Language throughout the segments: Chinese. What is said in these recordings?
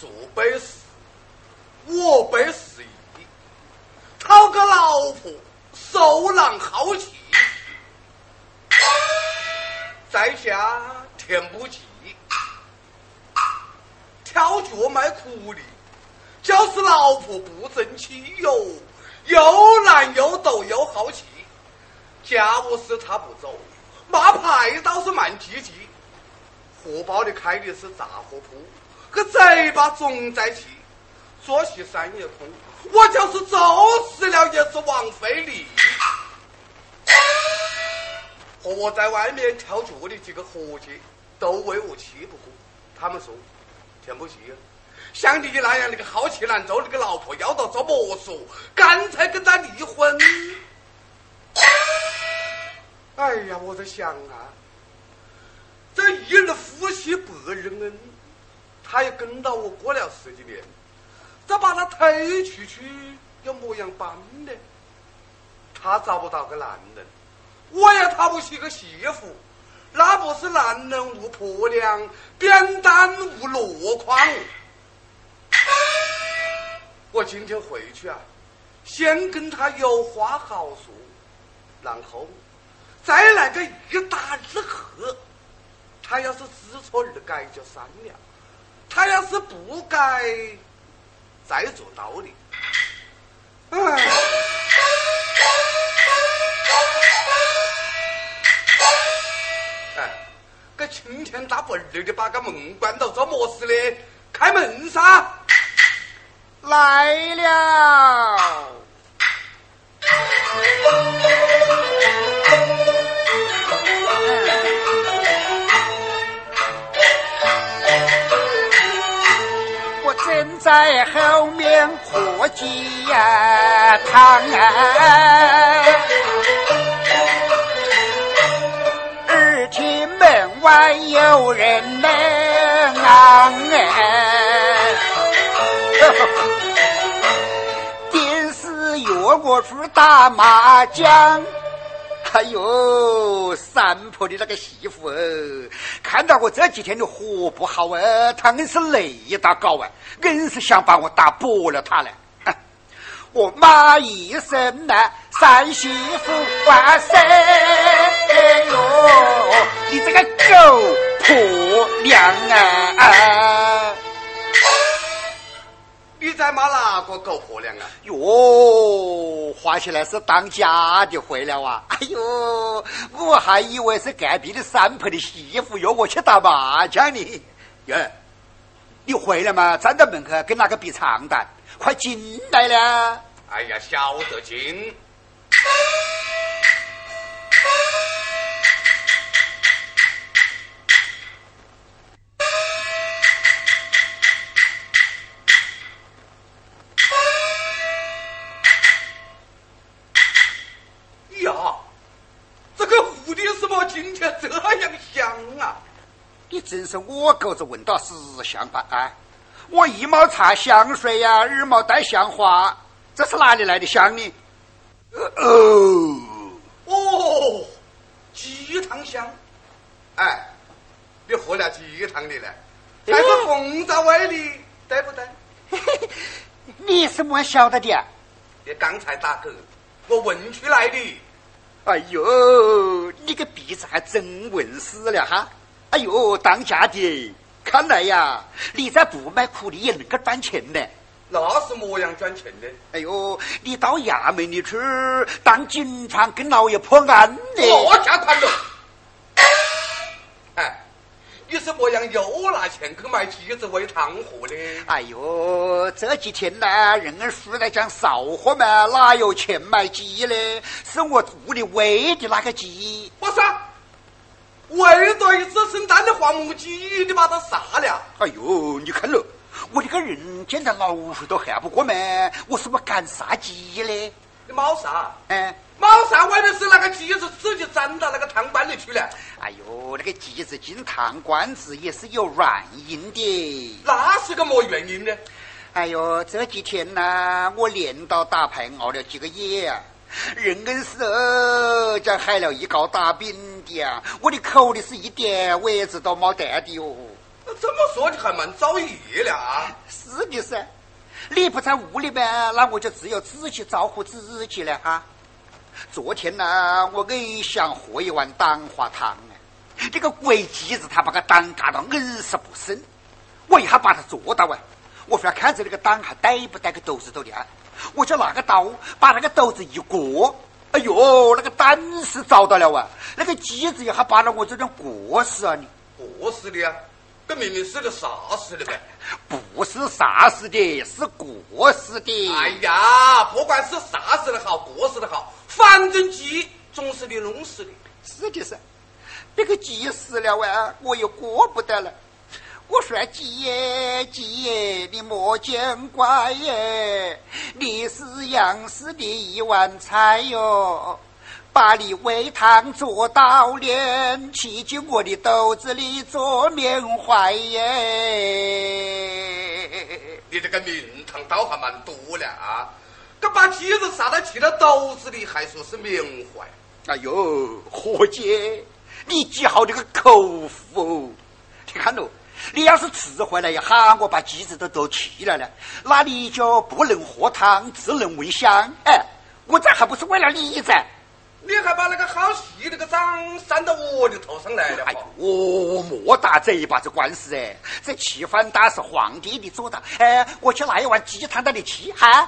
做背时，我背时宜，讨个老婆，受狼好气，在家填不济，挑脚卖苦力，就是老婆不争气哟，又懒又抖又好气，家务事他不走，骂牌倒是蛮积极，荷包里开的是杂货铺，可嘴巴总在气，作息3夜空，我就是走死了也是枉费力。和我在外面挑脚的几个伙计都为我气不过，他们说填不济，像你那样那个好气难周那个老婆要到做魔术，干脆跟他离婚。哎呀，我在想啊，这一日夫妻百日恩，他也跟到我过了10几年，这把他推出去要么样办呢？他找不到个男人，我也讨不起个媳妇，那不是男人无婆娘，扁担无箩筐。我今天回去啊，先跟他有话好说，然后再来个一打日和。他要是知错而改就删了，他要是不改再做道理。个晴天大白日的把个门关到做么事呢？开门噻！ 来了。我正在后面喝鸡呀汤啊，耳听门外有人们昂电视约我去打麻将。哎呦，三婆的那个媳妇看到我这几天的活不好她硬是累到高硬是想把我打薄了她了。我骂一声三媳妇万岁！哎呦，你这个狗婆娘啊！ 你在骂哪个狗婆娘啊？ 哟，话起来是当家的回了啊！哎呦，我还以为是隔壁的三婆的媳妇约我去打麻将呢。耶，你回来嘛？站在门口跟那个比长短，快进来了。 哎呀，晓得进。呀，这个蝴蝶什么今天这样香啊？ 你真是我狗子闻到死香吧啊！我一毛擦香水呀，二毛带香花，这是哪里来的香呢？ 哦，鸡汤香。哎，你喝了鸡汤的了，还是红枣味的，对不对？ 你是么晓得的啊？ 你刚才打嗝，我闻出来的。 哎呦，你个鼻子还真闻死了哈！哎呦，当家的，看来呀，你在不卖苦力也能够赚钱的。 那是么样赚钱的？ 哎呦，你到衙门里去当警察，跟老爷破案的。 我家宽了。哎，你是么样又拿钱去买鸡子喂汤货的？ 哎呦，这几天呢，人们说来讲少货嘛，哪有钱买鸡呢？是我屋里喂的那个鸡。 我说，喂对一只生蛋的黄母鸡，你把它杀了？ 哎呦，你看了。我这个人见到老鼠都吓不过嘛，我是不敢杀鸡嘞？ 你冇杀？ 猫杀为的是那个鸡子自己粘到那个汤罐里去了。 哎呦，那个鸡子进汤罐子也是有原因的。 那是个么原因呢？ 哎呦，这几天呢，我连到打牌熬了几个夜啊，人硬是将害了一高大病的啊，我的口里是一点位置都没得的哟。 这么说你还蛮造业了啊？ 是的噻，你不在屋里面，那我就只有自己照顾自己了哈。昨天呢，我硬想喝一碗蛋花汤呢，这个鬼鸡子他把个蛋嘎到硬是不生，我一下把它做到啊，我非要看着那个蛋还带不带个斗子头的啊，我就拿个刀把那个斗子一过，哎呦，那个蛋是找到了啊，那个鸡子一下把了我这种过死啊你。 过死的啊？这明明是个杀死的呗。 不是杀死的，是过死的。 哎呀，不管是杀死的好，过死的好，反正鸡总是你弄死的。 是的噻，这个鸡死了啊，我又过不得了。我说鸡耶鸡耶，你莫见怪耶，你是杨氏的一碗菜哟，把你煨汤做到脸，沏进我的肚子里做缅怀耶。 你这个名堂倒还蛮多了啊！这把鸡子杀到气到肚子里，还说是缅怀。 哎呦，何姐，你记好这个口福。你看喽，你要是吃回来一下，我把鸡子都气了呢，那你就不能喝汤，只能闻香。哎，我这还不是为了你噻。 你还把那个好戏那个账扇到我的头上来了。 哎呦，莫打这一把子官司哎，这气饭大是皇帝的做的。哎，我去拿一碗鸡汤到你吃哈。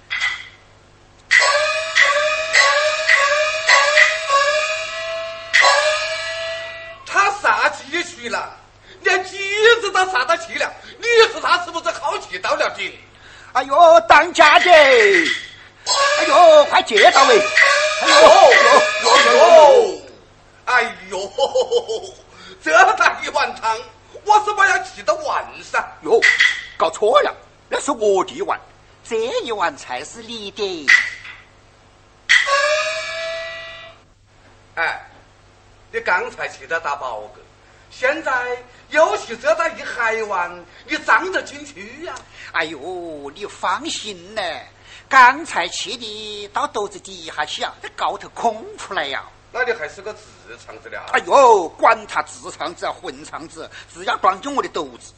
他杀鸡去了，连鸡子都杀到气了，你说他是不是好气到了顶？ 哎呦，当家的，哎呦，快接到喂！ 哎呦，这大一碗汤，我是不要气到晚上。 哟，搞错了，那是我的一碗，这一碗才是你的。 哎，你刚才气得打饱个，现在又去这大一海碗，你脏得进去呀？ 哎呦，你放心呢，刚才气的到肚子底下去啊，这高头空出来呀。 那你还是个直肠子了啊？ 哎呦，管他直肠子啊混肠子，只要装进我的肚子。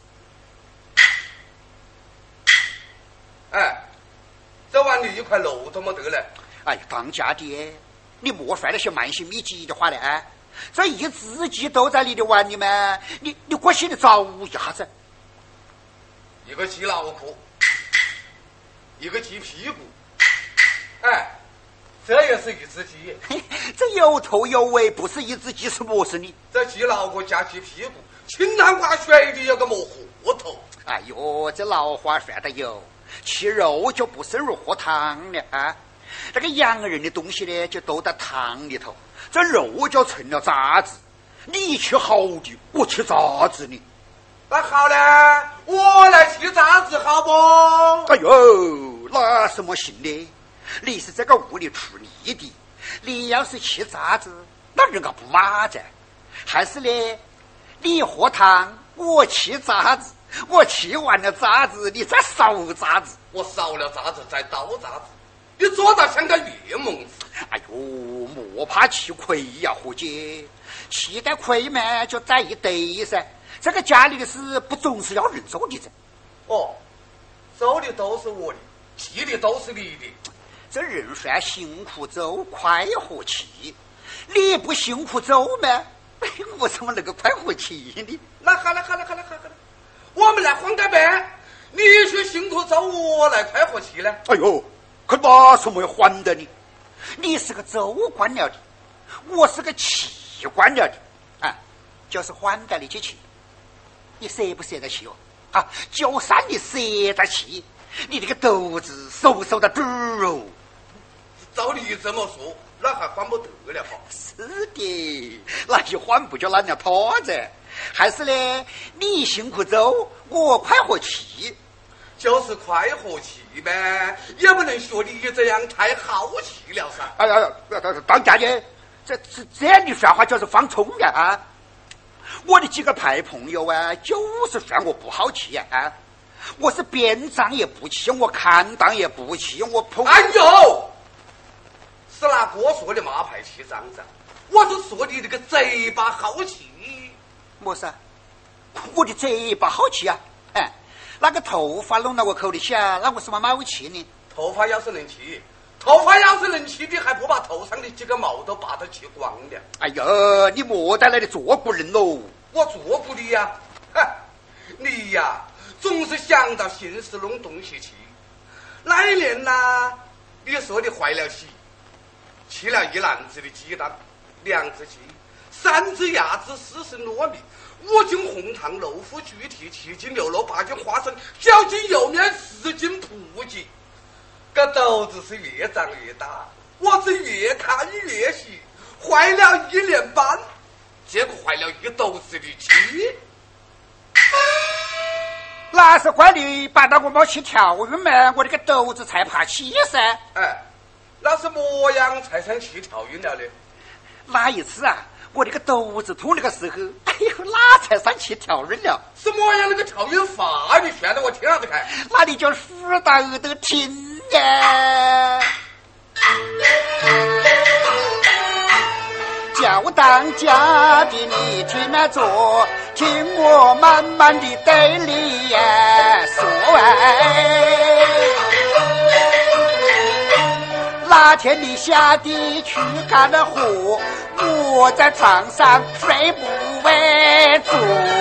哎，这碗里一块肉都没得了。 哎，当家的，你莫说那些慢性秘籍的话了啊！这一只鸡都在你的碗里面，你过心里找一下子。 一个鸡脑壳，一个鸡屁股，哎，这也是一只鸡。 这有头有尾，不是一只鸡是么事呢？ 这鸡脑壳加鸡屁股，清汤挂水里有个么活头？ 哎呦，这老话说得有，吃肉就不胜入喝汤了啊！那个洋人的东西呢，就都在汤里头，这肉就成了渣子。你吃好的，我吃渣子呢。 那好了，我来吃渣子好不？ 哎呦，那什么行呢？你是这个屋里出力的，你要是吃渣子，那人家不骂噻。还是呢，你喝汤，我吃渣子，我吃完了渣子，你再烧渣子。 我烧了渣子再倒渣子，你做到像个月蒙子。 哎呦，莫怕吃亏呀，伙计，吃点亏嘛，就在一堆噻。这个家里的事不总是要人做的噻。 哦，做的都是我的，气的都是你的。 这人算辛苦走，快活气。你不辛苦走吗？我怎么能够快活气呢？ 那好了，我们来换个班，你去辛苦走，我来快活气呢。 哎呦，可把什么要还的你？你是个州官了的，我是个气官了的，啊，就是换得你去气。你舍不舍得气哦？啊，就算你舍得气，你这个肚子瘦瘦的嘟哦。 照你这么说，那还换不得了哈？ 是的，那一换不就烂了他子？还是呢，你辛苦走，我快活气。 就是快活气呗，也不能学你这样太好气了噻。 哎呀，当家的，这样的说话就是放冲呀啊！我的几个派朋友啊，就是说我不好气啊！我是边长也不气，我看当也不气，我哎呦，是拿锅说的马牌气脏脏，我是说你这个嘴巴好气。 么事？ 我的嘴巴好气啊！哎，那个头发弄到我口里下，那我什么没有气呢？ 头发要是能气，头发要是能气，你还不把头上的几个毛都拔得气光了？ 哎呦，你莫在那里做古人喽！ 我做过你呀，你呀，总是想到心事弄东西去。那一年呐，你说你坏了喜，沏了一篮子的鸡蛋，2只鸡，3只鸭子，40糯米，5斤红糖，6副猪蹄，7斤牛肉，8斤花生，9斤油面，10斤脯鸡。这肚子是越长越大，我是越看越喜，坏了1年半，结果坏了一肚子的气。 那是怪你把到我没去跳远嘛，我这个肚子才怕气噻。 哎，那是么样才算去跳远了呢？ 那一次啊，我这个肚子痛那个时候，哎呦，那才算去跳远了。 什么样那个跳远法？你选的我听下子看。 那你就说到都听呀。叫当家的你听那着，听我慢慢的对你呀说那天你下地去干了活，我在床上睡不稳住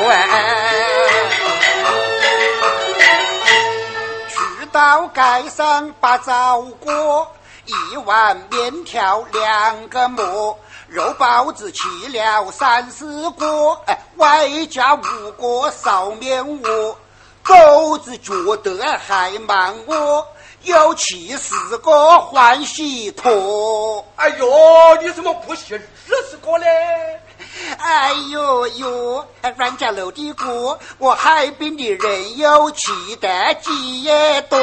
去到街上把枣果，1碗面条2个馍，肉包子去了30个，外加5个烧面窝，狗子觉得还忙我，有70个欢喜托。 哎呦，你怎么不写20个呢？ 哎呦呦，人家楼的锅，我海边的人有气得几也多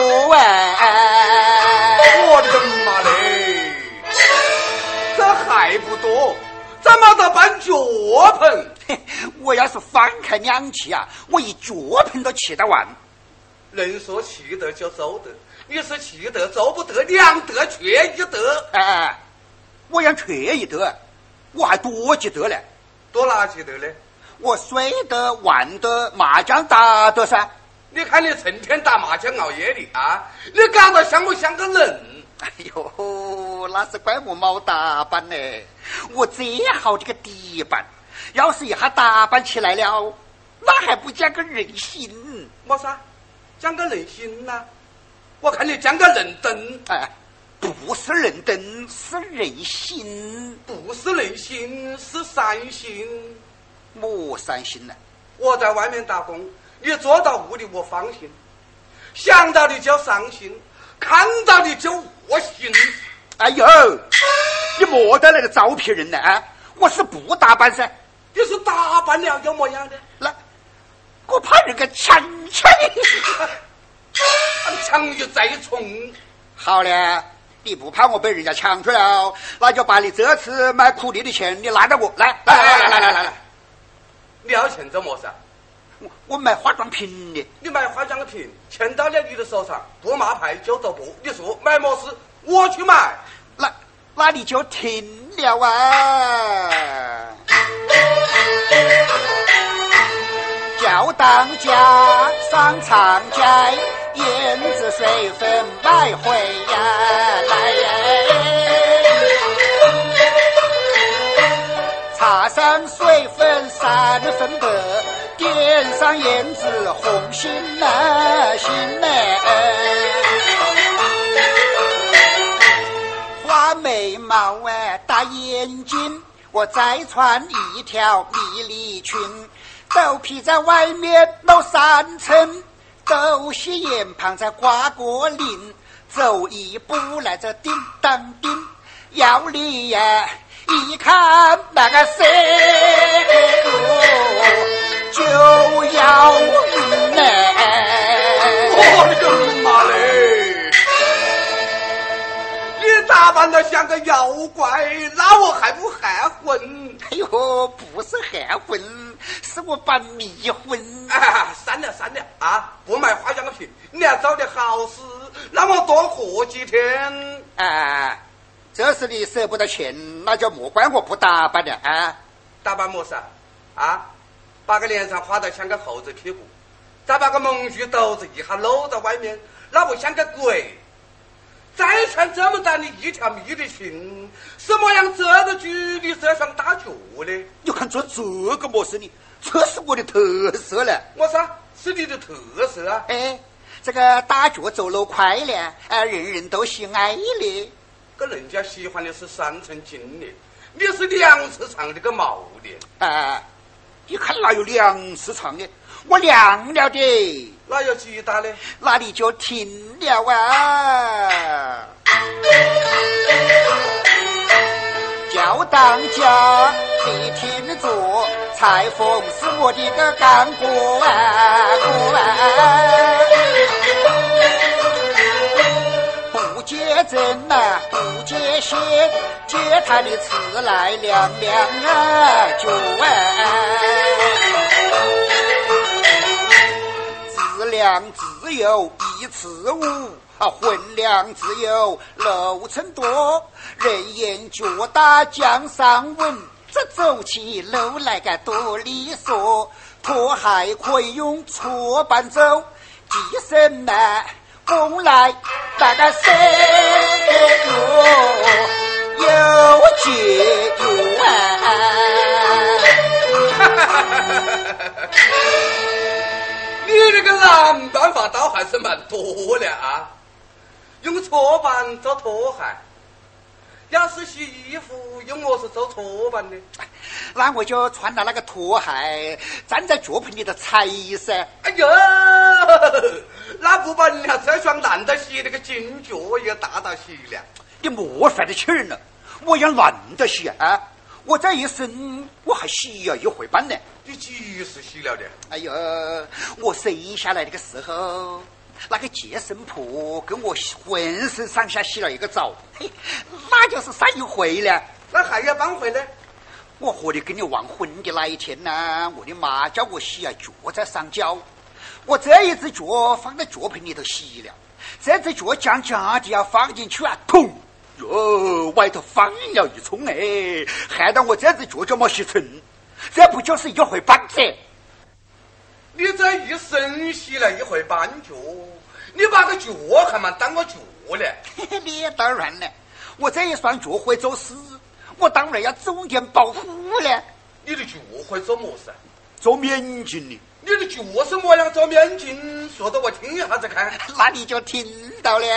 我的妈嘞！这还不多，怎么得搬脚盆？ 我要是翻开2气啊，我一脚盆都气得完。 人说气得就走得，你是气得走不得，2得缺1得。 哎，我要缺1得，我还多几得呢。 多哪几得呢？ 我睡得玩得麻将打得噻。 你看你成天打麻将熬夜的啊，你搞得像不像个人？ 哎呦，那是怪我冇打扮呢。我这好这个底板，要是一下打扮起来了，那还不讲个人心？ 么啥？讲个人心呐、我看你讲个人灯。 哎，不是人灯，是人心。 不是人心，是善心。 么善心呢？ 我在外面打工，你坐到屋里我放心，想到你就伤心，看到你就恶心。 哎呦，你莫得那个招聘人呢啊！我是不打扮噻。 你是打扮了有么样的？ 那我怕人家抢抢抢鱼再冲。 好了，你不怕我被人家抢去了，那就把你这次买苦力的钱你拿到我来。来， 你要钱做么事？ 我买化妆品的。 你买化妆品，钱到了你的手上，不麻牌就走步。你说买么事？我去买。 那你就停了啊！叫当家上长街，胭脂水粉买回呀来，擦上水粉3分白，点上胭脂红心呐心呐，画眉毛大眼睛，我再穿一条迷你裙，豆皮在外面露3层，豆细眼旁再挂个铃，走一步来这叮当叮，要你呀一看那个谁就要晕呢。 我的个妈嘞！你打扮得像个妖怪，那我还不害魂？ 哎呦，不是害魂，是我把迷魂。 删了啊！不买化妆品，你要找点好事，那么多活几天。 这是你舍不得钱，那就莫怪我不打扮了啊！ 打扮么事啊？ 把个脸上画得像个猴子屁股，再把个蒙须斗子一下露在外面，那不像个鬼？再穿这么大的一条迷的裙，什么样遮得住你这双大脚呢？ 你看做这个么事呢？这是我的特色了。 我说是你的特色啊！ 哎，这个大脚走路快了，人人都喜爱的。 可人家喜欢的是3寸金莲，你是2尺长的个毛莲。 你看哪有2尺长的？我量了的。 那有几大呢？ 那你就听了啊！叫当家，你听着，裁缝是我的个干锅不接针呐，不接线，接他的词来亮亮就质量只有1尺5，混量只有6寸多，人言脚大江上稳，这走起路来个多利索，拖鞋可以用搓板走，系身呢弓来大概3有节有你这个懒办法倒还是蛮多的啊！用搓板做拖鞋，要是洗衣服用我是做搓板的， 那我就穿了那个拖鞋站在脚盆里头踩噻。 哎呦，那不把人家这双烂得洗那个金脚也大到洗了。 你莫犯得气儿了，我也懒得洗啊！我这一生我还洗了1回半呢。 你几时洗了的？ 哎呦，我生下来那个时候，那个接生婆跟我浑身上下洗了一个澡，嘿，那就是3回了。 那还要半回呢？ 我和你跟你忘婚的那一天呢，我的妈叫我洗啊脚在上脚，我这一只脚放在脚盆里头洗了，这只脚将的要放进去啊，砰！哟，外头放了一冲哎，害得我这只脚就没洗成，这不就是1回半子？ 你这一生洗了1回半脚，你把个脚还蛮当个脚了？ 你当然了，我这一双脚会做事，我当然要重点保护了。 你的脚会做么事？ 做面筋呢？ 你的脚是么样做面筋？说的我听一下子看。 那你就听到了。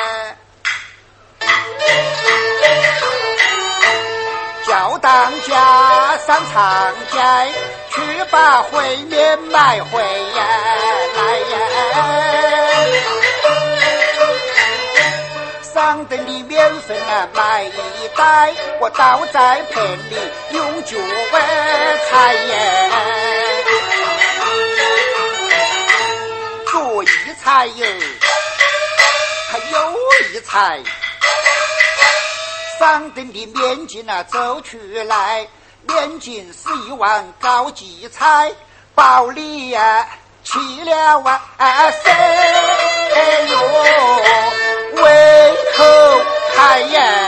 叫当家上长街，去把烩面买回来上等的面粉啊买1袋，我倒在盆里用脚踩左一踩哟，还右一踩，上等的面筋啊走出来，面筋是1碗高级菜，包里呀7了3哟，胃口开呀！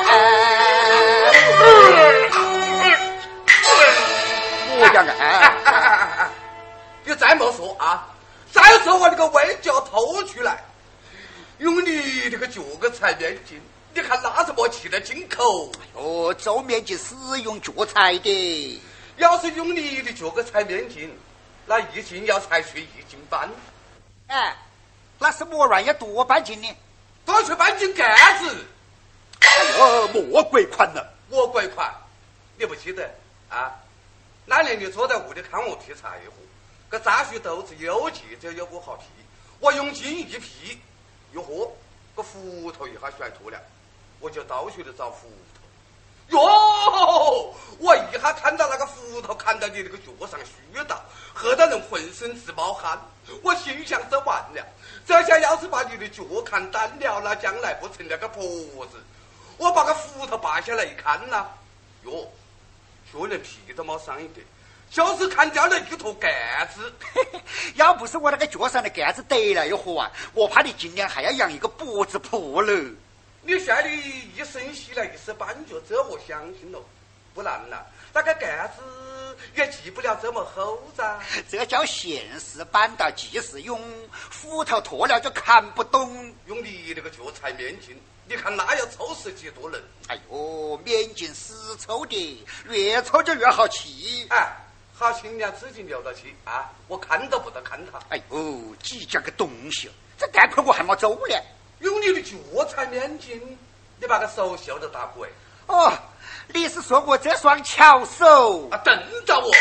我讲啊， 你再莫说啊！再说我那个胃就要透出来，用你这个脚个踩面筋，你看那是么气得进口？ 哦，做面筋是用脚踩的， 要是用你的脚个踩面筋，那1斤要踩出1斤半。 哎，那是么玩意多半斤呢？ 多出半斤盖子。 哎呦，莫鬼款了！ 我鬼款，你不记得啊？那年你坐在屋里看我劈柴火，个炸须豆子又急着又不好劈，我用劲一劈，哟呵，个斧头一下甩脱了，我就到处的找斧头。哟，我一下看到那个斧头砍到你那个脚上虚到，吓得人浑身直冒汗。我心想这完了，这下要是把你的脚砍断了，那将来不成了个婆子。我把个斧头拔下来一看呐，哟，就连皮都没伤一点，就是砍掉了一坨盖子。 要不是我那个脚上的盖子得了一盒啊，我怕你今年还要养一个脖子婆了。 你说你一生洗了1时半脚，这我相信了，不然呐， 那个杆子也系不了这么厚噻。 这叫现世板到即是用，斧头脱了就看不懂。 用你那个脚踩面筋，你看那要抽死几多人？ 哎呦，面筋死抽的，越抽就越好气。 哎，好新娘自己流到气啊！我看都不得看他。 哎呦，几家个东西，这待会儿我还没走呢。 用你的脚踩面筋，你把个手袖都打破。 哦，你是说我这双巧手啊？等着我！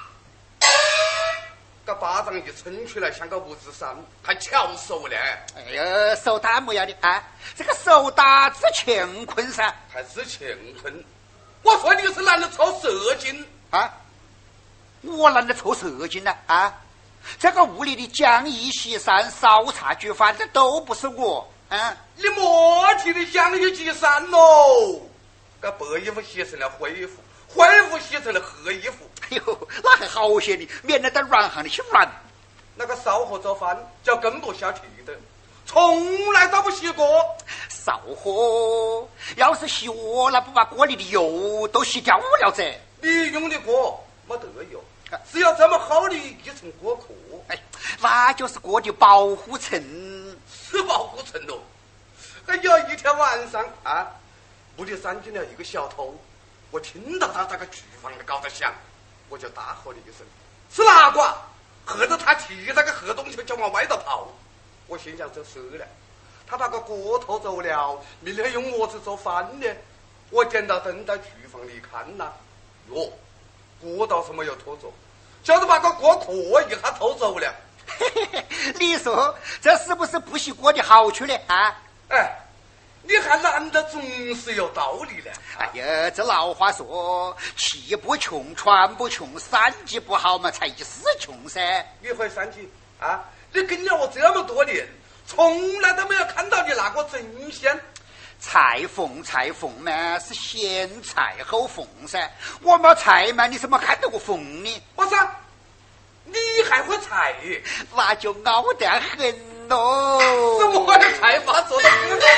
个巴掌一撑出来像个五指山，还巧手呢？ 哎呀，手打么样的啊？这个手打治乾坤噻， 还是乾坤？我说你是男的抽射精啊？我懒得抽射精了啊！这个屋里的讲义、洗衫、烧茶、煮饭，这都不是我啊！ 你莫提的讲义洗衫喽，个白衣服洗成了灰衣服，灰衣服洗成了黑衣服。 哎呦，那还好些呢，免得在软行里去软。 那个烧火做饭叫更不下去的，从来都不洗锅。 烧火要是洗我，那不把锅里的油都洗掉了噻？ 你用的锅没得油，只有这么厚的一层锅壳。 哎，那就是锅的保护层， 是保护层喽。还有一天晚上啊，屋里闪进了一个小偷，我听到他这个厨房里搞得响，我就大喝了一声：“是哪个？”吓得他提那个黑东西就往外头跑。我心想这死了，他把个锅偷走了，明天用么子做饭呢？我点到灯在厨房里看呐，哟，锅倒是没有偷走，就是把个锅壳一下偷走了。 你说这是不是不洗锅的好处呢？啊？ 哎，你还男的总是有道理的。 哎呀，这老话说，气不穷，船不穷，三季不好嘛，才一丝穷噻。 你会三季啊？你跟了我这么多年，从来都没有看到你拿过针线。 裁缝嘛，是先裁后缝噻。我没裁嘛，你怎么看到过缝呢？ 我说，你还会裁？ 那就熬得很喽。 怎么会裁法做的很好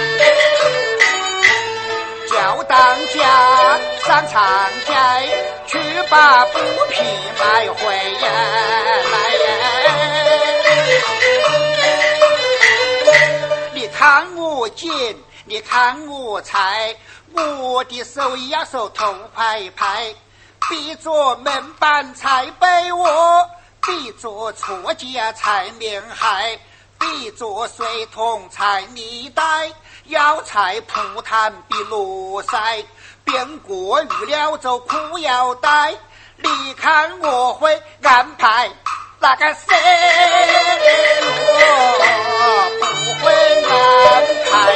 的？叫当家上长街，去把布匹买回来。你看我剪，你看我裁，我的手要手头拍拍，比作门板裁被窝，比作错架裁棉鞋，比作水桶裁泥袋，要裁蒲毯比罗塞，变过预料就裤腰带。你看我会安排那个谁我不会安排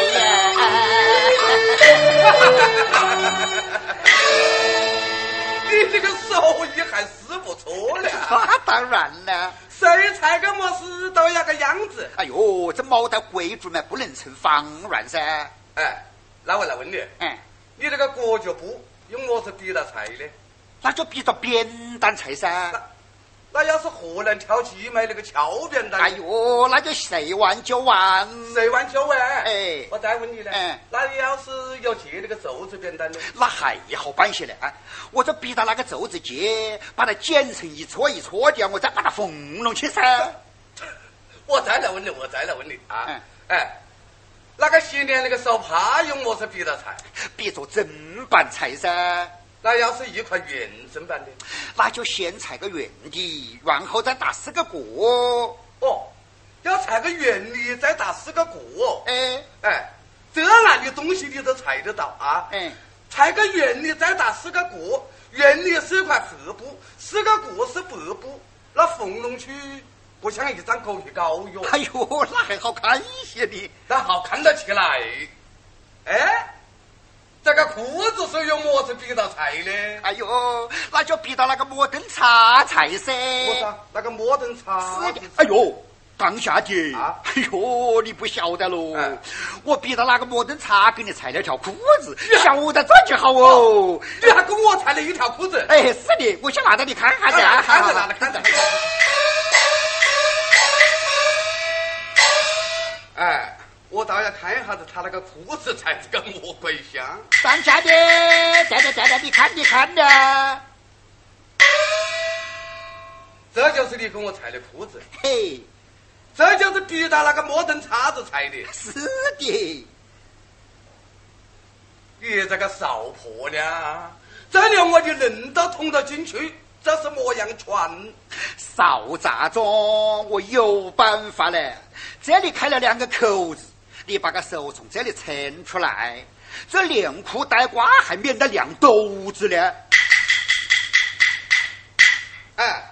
呀。你这个手艺还是不错的。 那当然了， 谁裁个么事都要个样子。 哎呦，这毛到贵族嘛，不能成方乱噻。 哎，那我来问你，你这个锅脚布用么子比了裁呢？ 那就比着扁担裁噻。 那要是河南挑鸡买那个翘扁担， 哎呦，那就谁玩就玩， 谁玩就玩。 哎， 我再问你呢，那你要是有接那个皱子扁担呢？ 那还好办些呢。我就逼到那个皱子接，把它剪成一撮一撮的，我再把它缝拢去噻。 我再来问你啊，那个新年那个手帕用么子比到裁？ 比着砧板裁噻。 那要是一块圆砧板的， 那就先裁个圆的，然后再打4个果。 哦，要裁个圆的，再打4个果。 哎， 这样的东西你都裁得到啊？裁个圆的，再打4个果，圆的是块黑布，4个果是白布，那缝拢去不像一张狗皮膏药。 哎呦，那还好看一些的， 那好看得起来。这个裤子是用么子比到裁呢？ 哎呦，那就比到那个摩登茶裁噻。 我说那个摩登茶。 是的。哎呦，当下的啊！哎呦，你不晓得喽。我比到那个摩登茶给你裁了条裤子，晓得这就好哦。 你还给我裁了一条裤子？ 哎，是的，我想拿着你看看噻。 看着。我我倒要看一下子他那个裤子才是个魔鬼香。 当家的，在，你看的。 这就是你给我裁的裤子。 嘿， 这就是逼到那个摩登叉子裁的。 是的。 你这个少婆娘，这连我的人都捅了进去，这是么样传？ 少杂种，我有办法了。这里开了2个口子，你把个手从这里伸出来，这连裤带瓜还免得亮兜子了。 哎，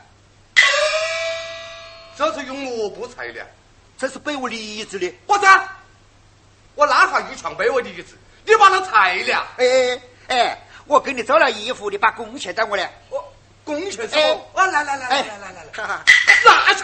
这是用抹布裁的， 这是被我离子的。 不是，我拉下一床被我离子，你把它裁了。 哎，我给你做了衣服，你把工钱找我来。 我工钱是我，来，拿去。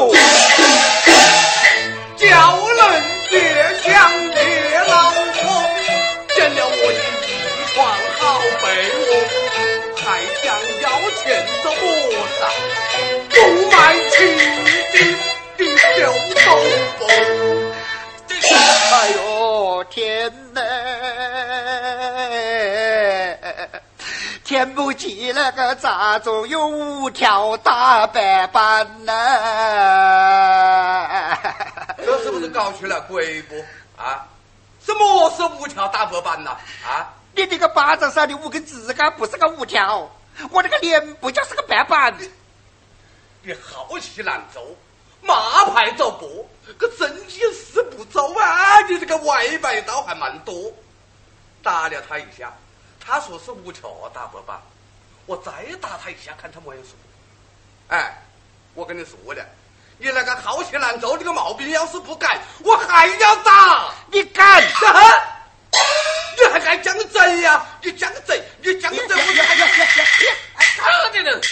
叫人别想别老婆，见了我的一床好被窝，还想要钱这和尚，不卖情的小豆腐。 哎呦天哪，天不济那个杂种有5条大白板呢。 这是不是搞去了鬼不啊？什么是5条大白板呐？啊！ 你这个巴掌上的5根指甲不是个5条，我这个脸不就是个白板？ 你好气难走，马牌走过，可真意事不走啊！你这个歪白刀还蛮多。打了他一下，他说是5条大白板，我再打他一下，看他么样说。哎，我跟你说的，你那个好气难走这个毛病要是不改，我还要打。 你敢？ 你还敢讲贼呀？你讲贼，我就还要看的人。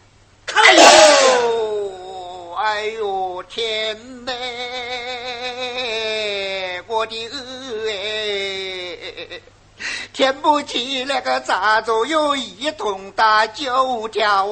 哎呦天哪，我的天不济那个杂种有1桶打9条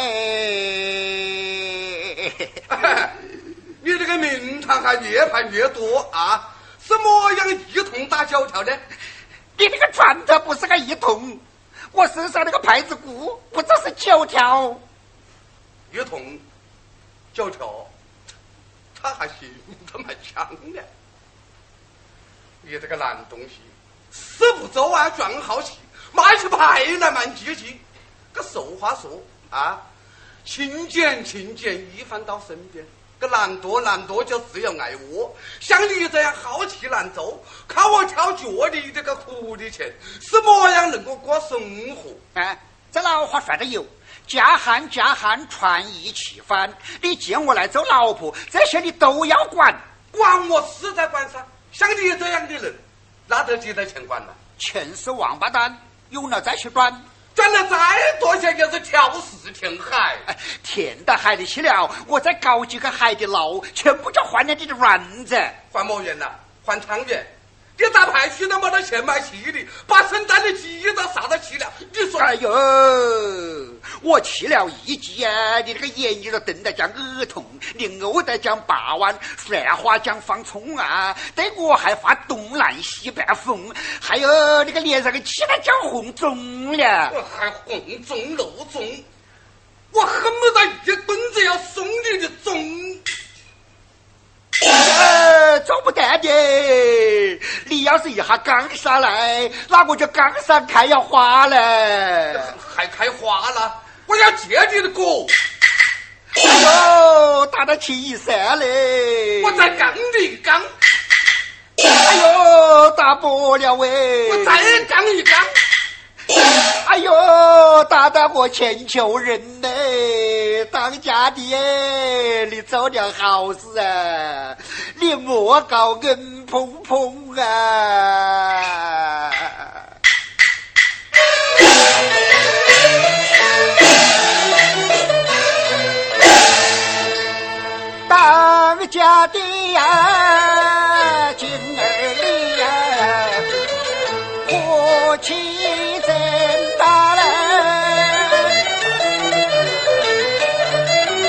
你这个名堂还越盘越多啊！什么样1桶打9条呢？ 你这个船头不是个1桶，我身上那个牌子鼓不知是9条。 1桶9条，他还行，他蛮强的。你这个烂东西，死不走啊，装好气，买起牌来蛮积极。个俗话说啊，勤俭一番到身边。个懒惰就是要挨饿，像你这样好气难走，靠我挑脚里这个苦力钱，什么样能够过生活？ 哎，这老话说得有，家汉船一起翻。你见我来做老婆，这些你都要管。 管我是在管上，像你这样的人，哪得几袋钱管呢？ 钱是王八蛋，用了再去赚。 赚了再多钱就是挑事填海， 填到海里去了，我再搞几个海底捞，全部就换了你的软子。 换么圆呐？换汤圆。你打牌去那么多钱买气的，把圣诞的鸡都杀到齐了，你说？ 哎呦，我去了1季啊！你这个眼睛都瞪得像耳筒，你欧得讲8万，说话讲放葱啊！对我还发东南西北风，还有那个脸上个气得讲红肿了。 我还红肿肉肿，我恨不得一棍子要送你的钟。 做不得的，你要是一下刚上来，那我就刚上开要花了， 还开花了，我要借你的锅。 哎呦，打得气色嘞！ 我再刚你一刚。 哎呦，打不了喂！ 我再刚一刚。 哎呦，打得我千秋人呢！当家的耶，你做点好事啊！你莫搞硬碰碰啊！当家的呀，金儿里呀，火气真大了。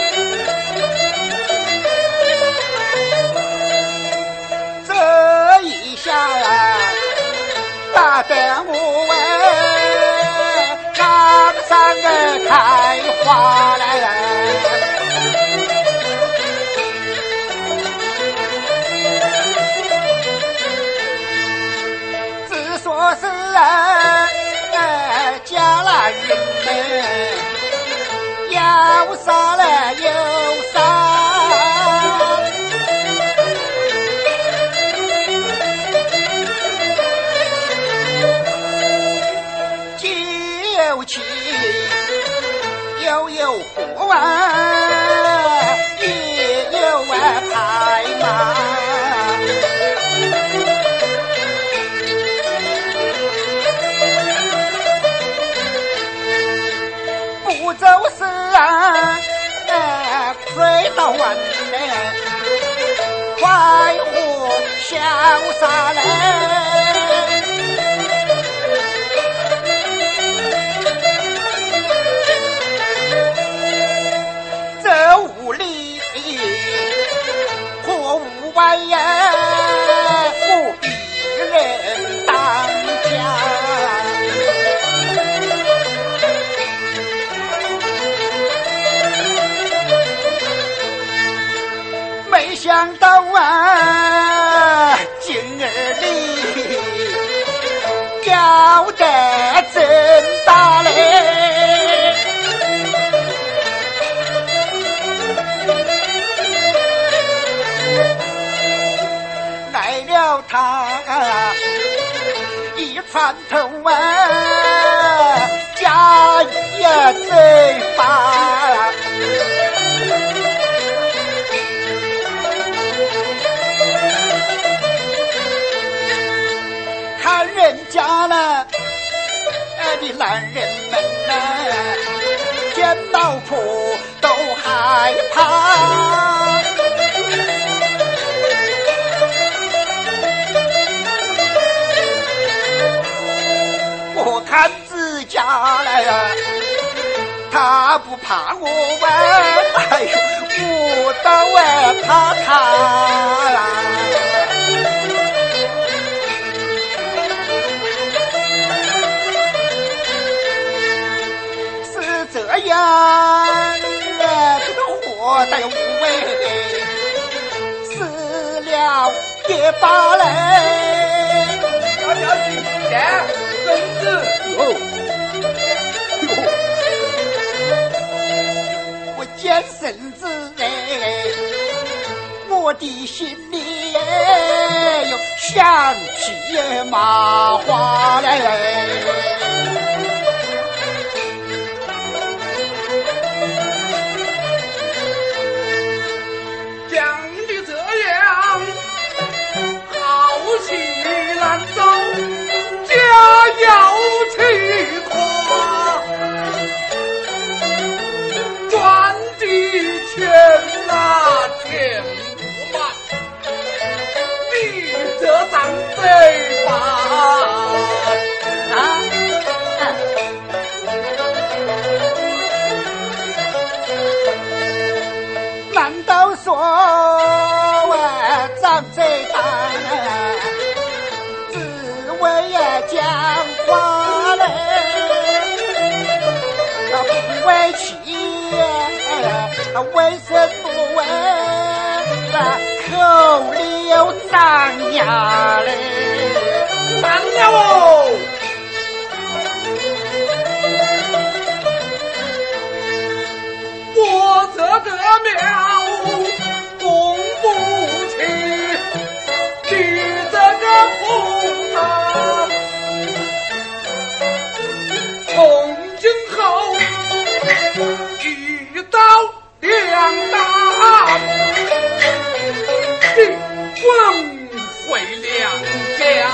这怕得我冈上开花来。只说是家男人要杀了又杀。又有火也有拍马，不就是追到完快活潇洒嘞。我一人当家，没想到今日里叫得真大嘞。他一穿头家也贼发，看人家呢的男人们见老婆都害怕。我看自家来呀，他不怕我哎呦，我倒怕他啦。是这样，这个活得无味，死了也罢嘞。 小小姐姐。孙子我见孙子我的心里又想起麻花来。 讲的这样好气难走，家要起垮，赚的钱填不满，你这张嘴巴难道说张嘴巴讲话嘞，不为气，为什么口流张牙嘞？ 张牙哦！我这个庙供不起你这个菩萨。从今后一刀两断，你滚回娘家！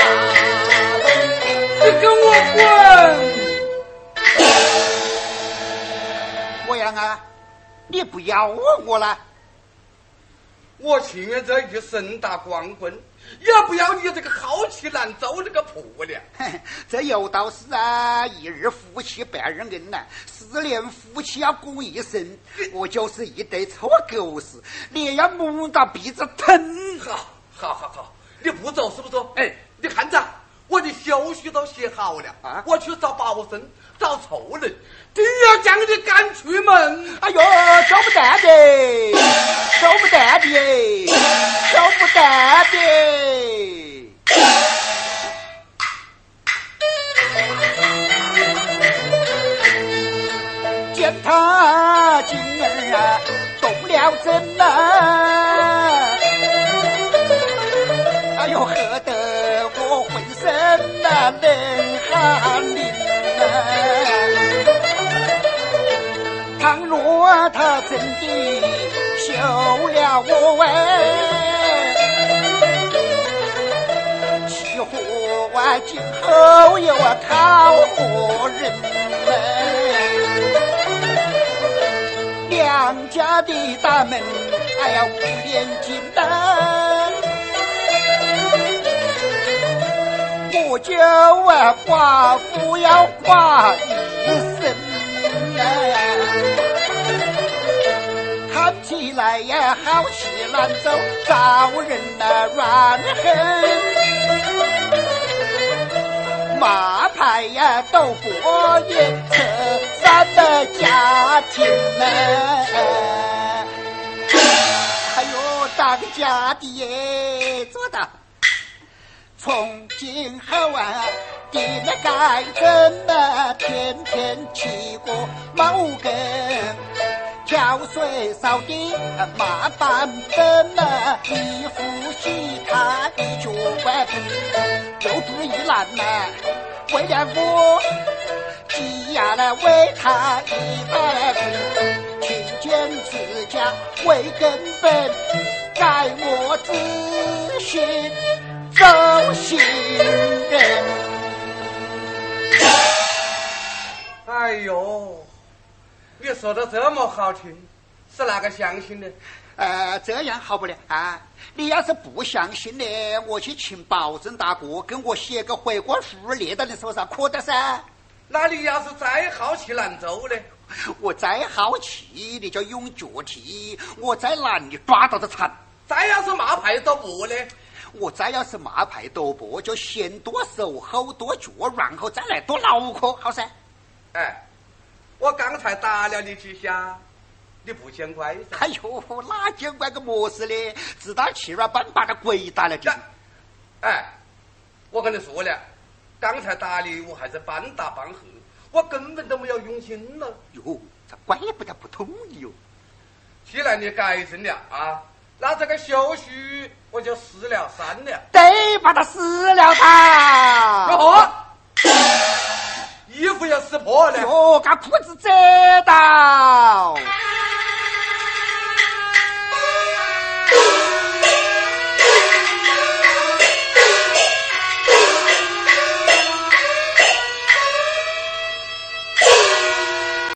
你跟我滚！ 我样啊，你不要我了？ 我情愿这一身打光棍，也不要你这个好气难走那个婆娘。 这有道是一日夫妻百日恩呐，4年夫妻要过一生。我就是一堆臭狗屎，你要摸到鼻子疼。 好，你不走是不是？哎，你看着，我的休息都写好了啊， 我去找保生，找仇人，定要将你赶出门。 哎呦，收不得的，收不得的，收不得的。见他今儿啊动了真呐，哎呦，喝得我浑身那冷汗淋啊！倘若他真的休了我起火啊，今后又讨活人两家的大门，哎呀，五连金灯，我就寡妇要寡一生看起来呀，好戏难走，招人怨恨。马牌呀，斗国也扯散的家庭呢。哎呦，当家的耶，做到。从今后啊，地那该怎么天天起过茅根，挑水扫地麻烦怎么衣服洗他一脚外又注意难呐，为了我挤压了为他一百步，勤俭持家为根本，改我自信走行人。 哎呦，你说的这么好听，是哪个相信的？ 这样好不了啊！你要是不相信呢，我去请保证大哥跟我写个回国书列到你手上，可得噻。 那你要是再好气难走呢？ 我再好气，你就用脚踢；我再难，你抓到的惨。 再要是马牌斗博呢？ 我再要是马牌斗博，就先多手后多脚，然后再来多脑壳，好噻。 哎，我刚才打了你几下，你不见怪噻？ 哎呦，哪见怪个么事呢？自打气儿板把他鬼打了的。 哎，我跟你说了，刚才打你我还是半打半喝，我根本都没有用心了。 哟，这怪不得不同意哟。 既然你改正了啊，那这个休息我就撕了删了。 得把他撕了他。 哟，衣服要撕破了。 哟，把裤子折到。